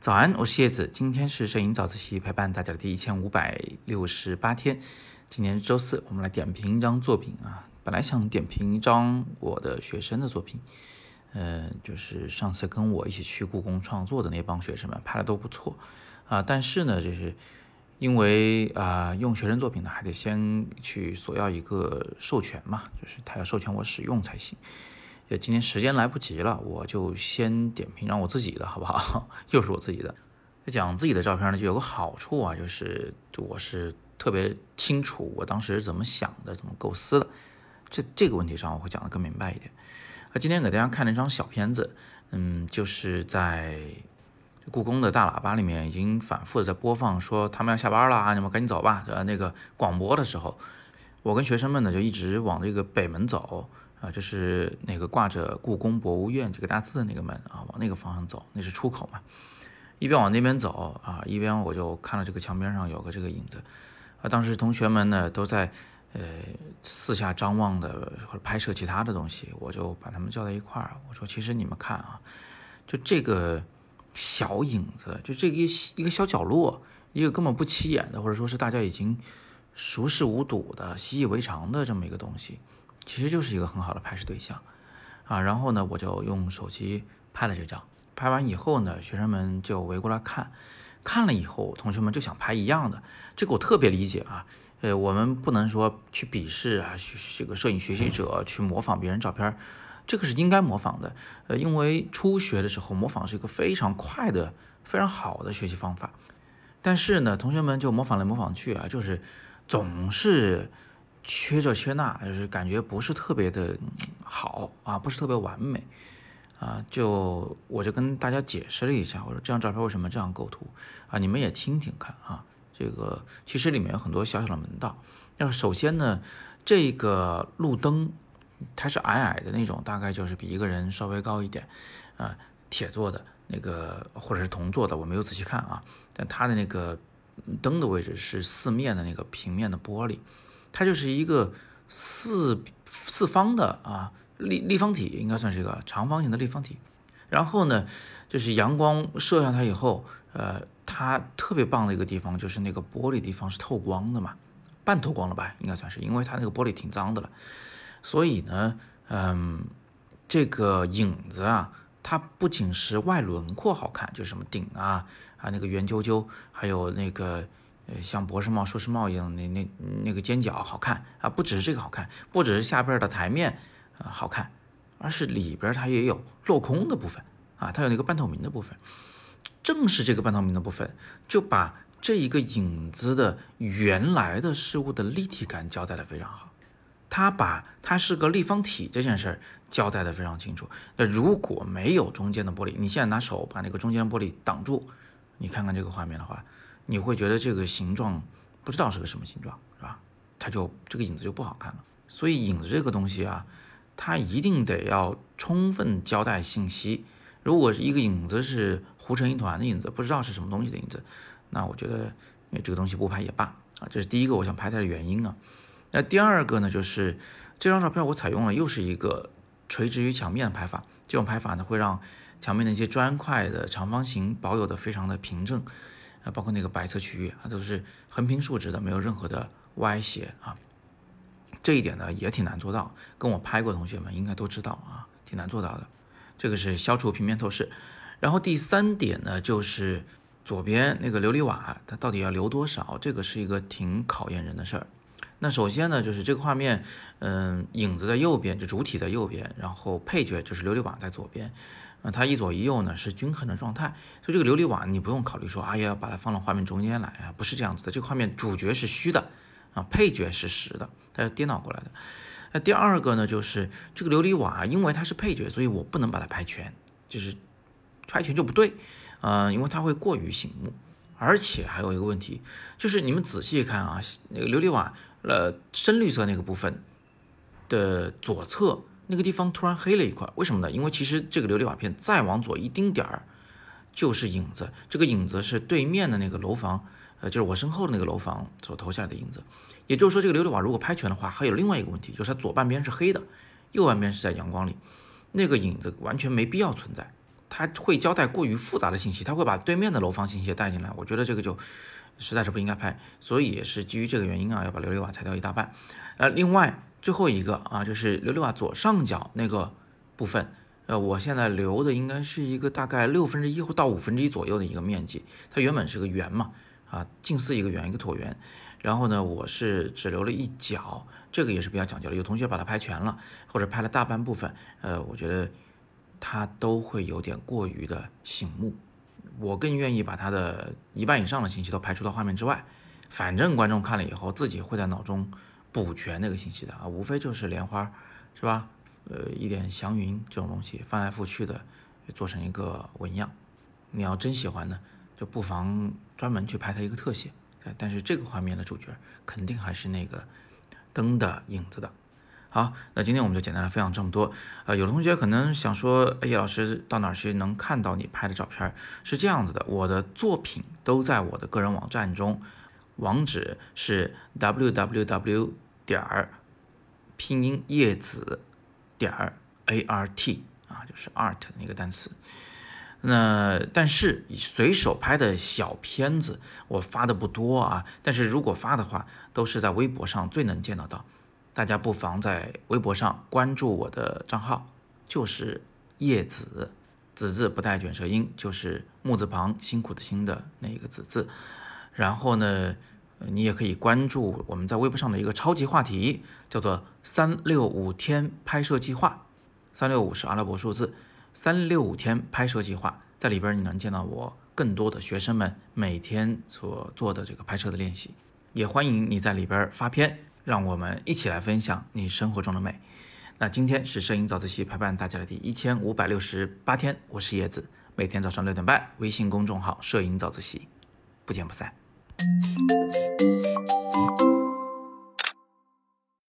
早安，我是叶子，今天是摄影早自习陪伴大家的第1568天。今年是周四，我们来点评一张作品啊。本来想点评一张我的学生的作品，就是上次跟我一起去故宫创作的那帮学生们拍的都不错啊。但是呢，就是因为用学生作品呢，还得先去索要一个授权嘛，就是他要授权我使用才行。今天时间来不及了，我就先点评张我自己的好不好？又是我自己的。讲自己的照片呢，就有个好处啊，就是我是特别清楚我当时怎么想的，怎么构思的。这个问题上我会讲得更明白一点。今天给大家看了一张小片子，就是在故宫的大喇叭里面已经反复的在播放，说他们要下班了，你们赶紧走吧。那个广播的时候，我跟学生们呢就一直往这个北门走。就是那个挂着故宫博物院这个大字的那个门啊，往那个方向走，那是出口嘛。一边往那边走啊，一边我就看到这个墙边上有个这个影子当时同学们呢都在四下张望的或者拍摄其他的东西，我就把他们叫在一块儿，我说其实你们看啊，就这个小影子，就这个一个小角落，一个根本不起眼的，或者说是大家已经熟视无睹的习以为常的这么一个东西，其实就是一个很好的拍摄对象啊。然后呢，我就用手机拍了这张，拍完以后呢，学生们就围过来看了以后，同学们就想拍一样的，这个我特别理解啊。我们不能说去鄙视啊，这个摄影学习者去模仿别人照片，这个是应该模仿的。因为初学的时候模仿是一个非常快的、非常好的学习方法。但是呢，同学们就模仿来模仿去啊，就是总是缺这缺那，就是感觉不是特别的好啊，不是特别完美啊。我就跟大家解释了一下，我说这张照片为什么这样构图啊，你们也听听看啊。这个其实里面有很多小小的门道。那首先呢，这个路灯它是矮矮的那种，大概就是比一个人稍微高一点啊，铁做的那个或者是铜做的，我没有仔细看啊。但它的那个灯的位置是四面的那个平面的玻璃。它就是一个四方的啊立方体，应该算是一个长方形的立方体。然后呢，就是阳光射向它以后，它特别棒的一个地方就是那个玻璃地方是透光的嘛，半透光了吧，应该算是，因为它那个玻璃挺脏的了。所以呢，这个影子啊，它不仅是外轮廓好看，就是什么顶啊那个圆啾啾，还有那个像博士帽、硕士帽一样的那个尖角好看啊，不只是这个好看，不只是下边的台面好看，而是里边它也有镂空的部分啊，它有那个半透明的部分。正是这个半透明的部分，就把这一个影子的原来的事物的立体感交代得非常好。他把它是个立方体这件事儿交代得非常清楚。那如果没有中间的玻璃，你现在拿手把那个中间的玻璃挡住，你看看这个画面的话，你会觉得这个形状不知道是个什么形状，是吧？这个影子就不好看了。所以影子这个东西啊，它一定得要充分交代信息。如果是一个影子是糊成一团的影子，不知道是什么东西的影子，那我觉得这个东西不拍也罢啊。这是第一个我想拍它的原因啊。那第二个呢，就是这张照片我采用了又是一个垂直于墙面的拍法。这种拍法呢，会让墙面的一些砖块的长方形保有的非常的平正包括那个白色区域都是横平竖直的，没有任何的歪斜啊。这一点呢也挺难做到，跟我拍过的同学们应该都知道啊，挺难做到的。这个是消除平面透视。然后第三点呢，就是左边那个琉璃瓦它到底要留多少，这个是一个挺考验人的事儿。那首先呢，就是这个画面影子在右边，就主体在右边，然后配角就是琉璃瓦在左边它一左一右呢是均衡的状态。所以这个琉璃瓦你不用考虑说要把它放到画面中间来啊，不是这样子的。这个画面主角是虚的配角是实的，它是颠倒过来的。那第二个呢，就是这个琉璃瓦因为它是配角，所以我不能把它拍全，就是拍全就不对因为它会过于醒目。而且还有一个问题，就是你们仔细看啊，那个琉璃瓦深绿色那个部分的左侧那个地方突然黑了一块，为什么呢？因为其实这个琉璃瓦片再往左一丁点儿就是影子，这个影子是对面的那个楼房就是我身后的那个楼房所投下来的影子。也就是说，这个琉璃瓦如果拍全的话，还有另外一个问题，就是它左半边是黑的，右半边是在阳光里，那个影子完全没必要存在， 他会交代过于复杂的信息，他会把对面的楼房信息也带进来，我觉得这个就实在是不应该拍，所以也是基于这个原因啊，要把琉璃瓦裁掉一大半。另外最后一个啊，就是琉璃瓦左上角那个部分，我现在留的应该是一个大概1/6或到1/5左右的一个面积，它原本是个圆嘛，近似一个圆，一个椭圆。然后呢，我是只留了一角，这个也是比较讲究的。有同学把它拍全了，或者拍了大半部分，我觉得它都会有点过于的醒目。我更愿意把它的一半以上的信息都排除到画面之外，反正观众看了以后自己会在脑中补全那个信息的无非就是莲花，是吧？一点祥云这种东西翻来覆去的做成一个纹样。你要真喜欢呢，就不妨专门去拍它一个特写。但是这个画面的主角肯定还是那个灯的影子的。好，那今天我们就简单的分享这么多。有的同学可能想说，叶老师到哪儿去能看到你拍的照片？是这样子的，我的作品都在我的个人网站中，网址是 www. 拼音叶子.art 就是 art 那个单词。但是随手拍的小片子我发的不多啊，但是如果发的话，都是在微博上最能见得到。大家不妨在微博上关注我的账号，就是叶子，子字不带卷舌音，就是木字旁辛苦的辛的那一个子字。然后呢，你也可以关注我们在微博上的一个超级话题，叫做365天拍摄计划，365是阿拉伯数字，365天拍摄计划，在里边你能见到我更多的学生们每天所做的这个拍摄的练习，也欢迎你在里边发片，让我们一起来分享你生活中的美。那今天是摄影早自习陪伴大家的第1568天，我是叶子，每天早上6点半，微信公众号摄影早自习，不见不散。